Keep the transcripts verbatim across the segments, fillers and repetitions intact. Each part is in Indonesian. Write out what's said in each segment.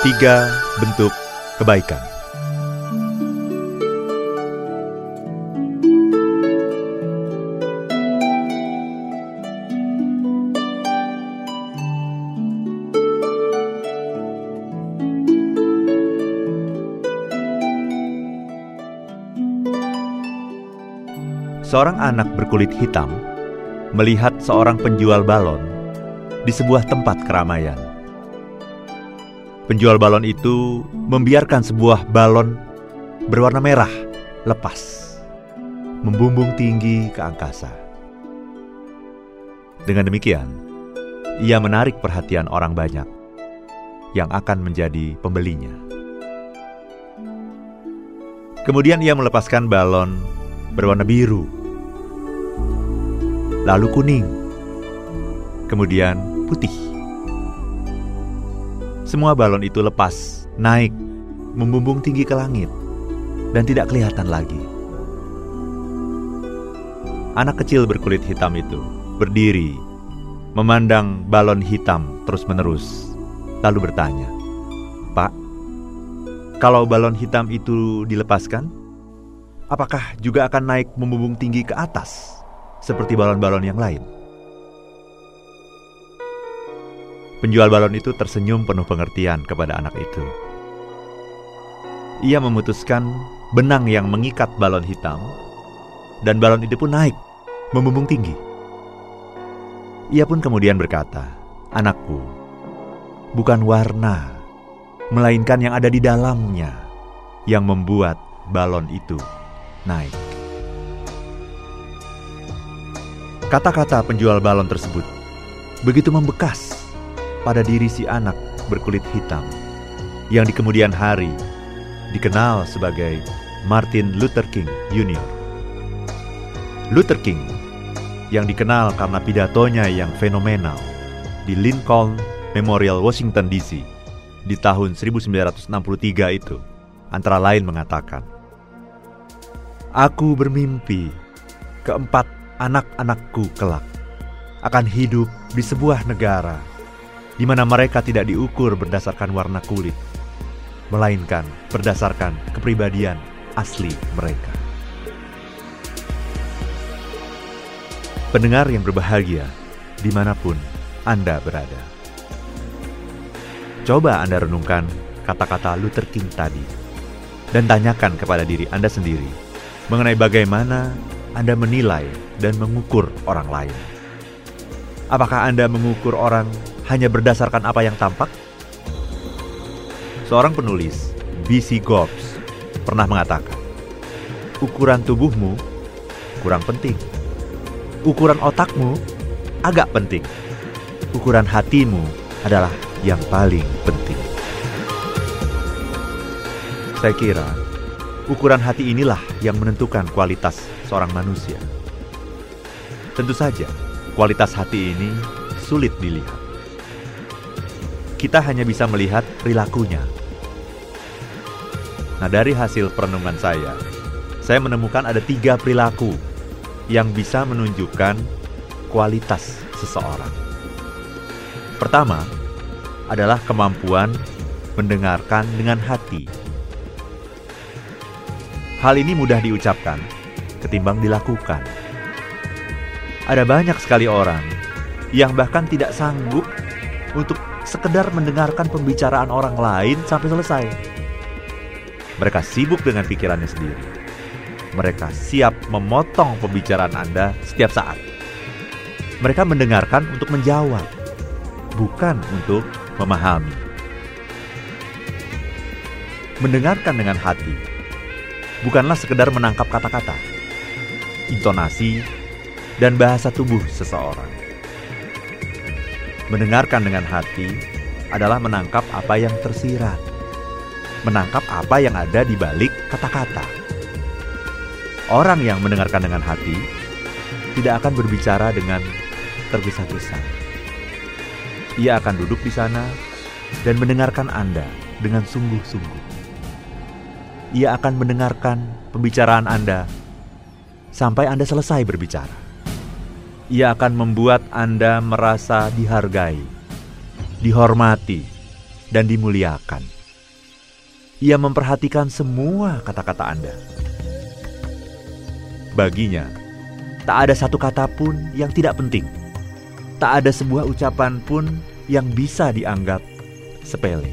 Tiga bentuk kebaikan. Seorang anak berkulit hitam melihat seorang penjual balon di sebuah tempat keramaian. Penjual balon itu membiarkan sebuah balon berwarna merah lepas, membumbung tinggi ke angkasa. Dengan demikian, ia menarik perhatian orang banyak yang akan menjadi pembelinya. Kemudian ia melepaskan balon berwarna biru, lalu kuning, kemudian putih. Semua balon itu lepas, naik, membumbung tinggi ke langit, dan tidak kelihatan lagi. Anak kecil berkulit hitam itu berdiri, memandang balon hitam terus-menerus, lalu bertanya, "Pak, kalau balon hitam itu dilepaskan, apakah juga akan naik membumbung tinggi ke atas, seperti balon-balon yang lain?" Penjual balon itu tersenyum penuh pengertian kepada anak itu. Ia memutuskan benang yang mengikat balon hitam, dan balon itu pun naik, membumbung tinggi. Ia pun kemudian berkata, "Anakku, bukan warna, melainkan yang ada di dalamnya yang membuat balon itu naik." Kata-kata penjual balon tersebut begitu membekas pada diri si anak berkulit hitam yang di kemudian hari dikenal sebagai Martin Luther King Junior Luther King yang dikenal karena pidatonya yang fenomenal di Lincoln Memorial, Washington D C di tahun seribu sembilan ratus enam puluh tiga itu antara lain mengatakan, "Aku bermimpi keempat anak-anakku kelak akan hidup di sebuah negara di mana mereka tidak diukur berdasarkan warna kulit, melainkan berdasarkan kepribadian asli mereka." Pendengar yang berbahagia, dimanapun Anda berada, coba Anda renungkan kata-kata Luther King tadi, dan tanyakan kepada diri Anda sendiri mengenai bagaimana Anda menilai dan mengukur orang lain. Apakah Anda mengukur orang hanya berdasarkan apa yang tampak? Seorang penulis, B C Gorbs, pernah mengatakan, "Ukuran tubuhmu kurang penting. Ukuran otakmu agak penting. Ukuran hatimu adalah yang paling penting." Saya kira, ukuran hati inilah yang menentukan kualitas seorang manusia. Tentu saja, kualitas hati ini sulit dilihat. Kita hanya bisa melihat perilakunya. Nah, dari hasil perenungan saya, saya menemukan ada tiga perilaku yang bisa menunjukkan kualitas seseorang. Pertama, adalah kemampuan mendengarkan dengan hati. Hal ini mudah diucapkan ketimbang dilakukan. Ada banyak sekali orang yang bahkan tidak sanggup untuk sekedar mendengarkan pembicaraan orang lain sampai selesai. Mereka sibuk dengan pikirannya sendiri. Mereka siap memotong pembicaraan Anda setiap saat. Mereka mendengarkan untuk menjawab, bukan untuk memahami. Mendengarkan dengan hati bukanlah sekedar menangkap kata-kata, intonasi, dan bahasa tubuh seseorang. Mendengarkan dengan hati adalah menangkap apa yang tersirat, menangkap apa yang ada di balik kata-kata. Orang yang mendengarkan dengan hati tidak akan berbicara dengan tergesa-gesa. Ia akan duduk di sana dan mendengarkan Anda dengan sungguh-sungguh. Ia akan mendengarkan pembicaraan Anda sampai Anda selesai berbicara. Ia akan membuat Anda merasa dihargai, dihormati, dan dimuliakan. ia memperhatikan semua kata-kata Anda. Baginya, tak ada satu kata pun yang tidak penting. Tak ada sebuah ucapan pun yang bisa dianggap sepele.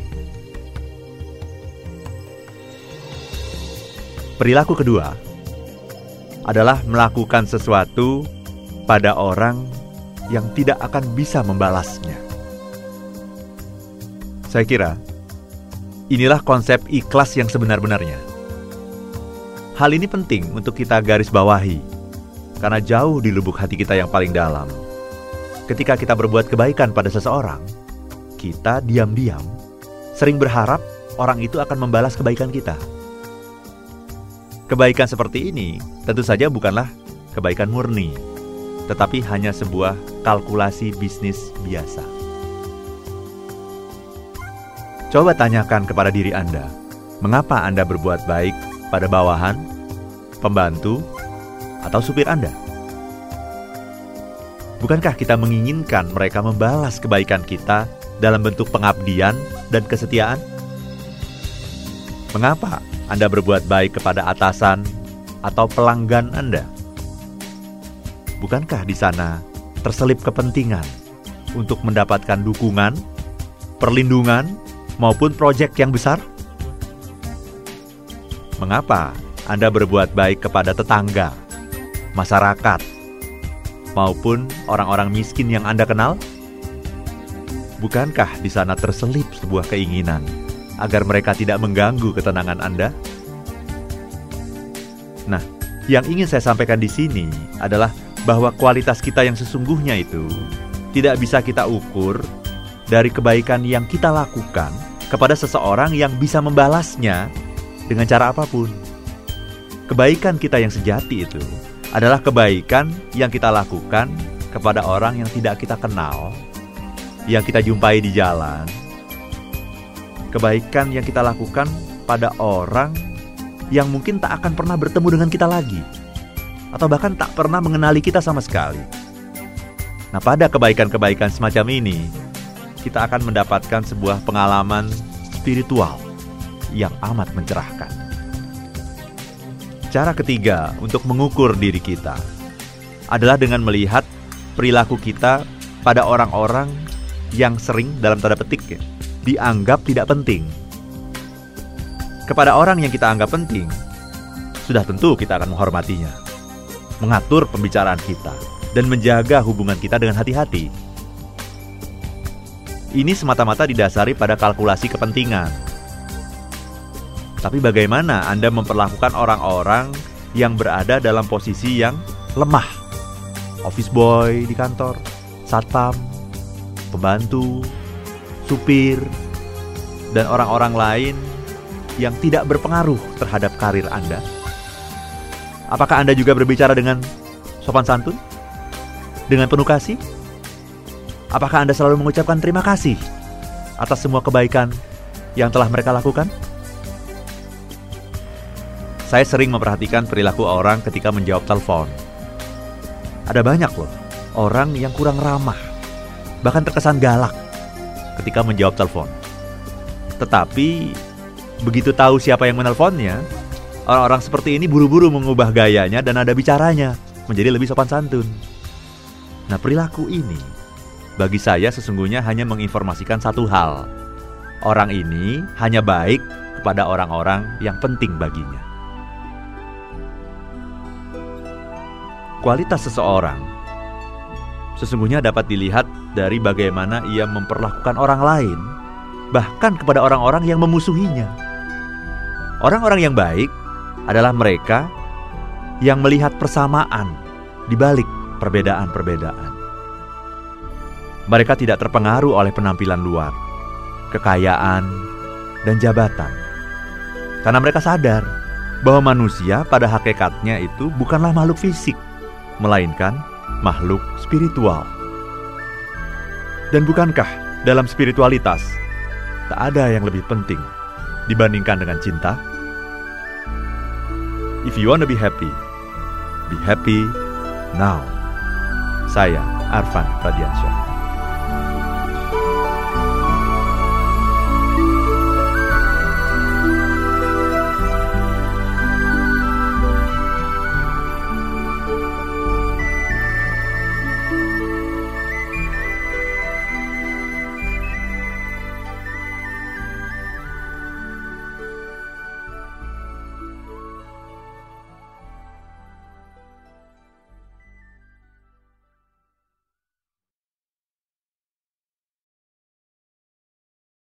Perilaku kedua adalah melakukan sesuatu pada orang yang tidak akan bisa membalasnya. Saya kira inilah konsep ikhlas yang sebenar-benarnya. Hal ini penting untuk kita garis bawahi, karena jauh di lubuk hati kita yang paling dalam, ketika kita berbuat kebaikan pada seseorang, kita diam-diam sering berharap orang itu akan membalas kebaikan kita. Kebaikan seperti ini tentu saja bukanlah kebaikan murni, tetapi hanya sebuah kalkulasi bisnis biasa. Coba tanyakan kepada diri Anda, mengapa Anda berbuat baik pada bawahan, pembantu, atau supir Anda? Bukankah kita menginginkan mereka membalas kebaikan kita dalam bentuk pengabdian dan kesetiaan? Mengapa Anda berbuat baik kepada atasan atau pelanggan Anda? Bukankah di sana terselip kepentingan untuk mendapatkan dukungan, perlindungan, maupun proyek yang besar? Mengapa Anda berbuat baik kepada tetangga, masyarakat, maupun orang-orang miskin yang Anda kenal? Bukankah di sana terselip sebuah keinginan agar mereka tidak mengganggu ketenangan Anda? Nah, yang ingin saya sampaikan di sini adalah bahwa kualitas kita yang sesungguhnya itu tidak bisa kita ukur dari kebaikan yang kita lakukan kepada seseorang yang bisa membalasnya dengan cara apapun. Kebaikan kita yang sejati itu adalah kebaikan yang kita lakukan kepada orang yang tidak kita kenal, yang kita jumpai di jalan. Kebaikan yang kita lakukan pada orang yang mungkin tak akan pernah bertemu dengan kita lagi, atau bahkan tak pernah mengenali kita sama sekali. Nah, pada kebaikan-kebaikan semacam ini, kita akan mendapatkan sebuah pengalaman spiritual yang amat mencerahkan. Cara ketiga untuk mengukur diri kita adalah dengan melihat perilaku kita pada orang-orang yang sering, dalam tanda petik ya, dianggap tidak penting. Kepada orang yang kita anggap penting, sudah tentu kita akan menghormatinya, mengatur pembicaraan kita, dan menjaga hubungan kita dengan hati-hati. Ini semata-mata didasari pada kalkulasi kepentingan. Tapi bagaimana Anda memperlakukan orang-orang yang berada dalam posisi yang lemah? Office boy di kantor, satpam, pembantu, supir, dan orang-orang lain yang tidak berpengaruh terhadap karir Anda. Apakah Anda juga berbicara dengan sopan santun? Dengan penuh kasih? Apakah Anda selalu mengucapkan terima kasih atas semua kebaikan yang telah mereka lakukan? Saya sering memperhatikan perilaku orang ketika menjawab telepon. Ada banyak loh orang yang kurang ramah, bahkan terkesan galak ketika menjawab telepon. Tetapi begitu tahu siapa yang menelponnya, orang-orang seperti ini buru-buru mengubah gayanya dan nada bicaranya menjadi lebih sopan santun. Nah, perilaku ini bagi saya sesungguhnya hanya menginformasikan satu hal. Orang ini hanya baik kepada orang-orang yang penting baginya. Kualitas seseorang sesungguhnya dapat dilihat dari bagaimana ia memperlakukan orang lain, bahkan kepada orang-orang yang memusuhinya. Orang-orang yang baik adalah mereka yang melihat persamaan di balik perbedaan-perbedaan. Mereka tidak terpengaruh oleh penampilan luar, kekayaan, dan jabatan. Karena mereka sadar bahwa manusia pada hakikatnya itu bukanlah makhluk fisik, melainkan makhluk spiritual. Dan bukankah dalam spiritualitas tak ada yang lebih penting dibandingkan dengan cinta? If you want to be happy, be happy now. Saya Arfan Radiansyah.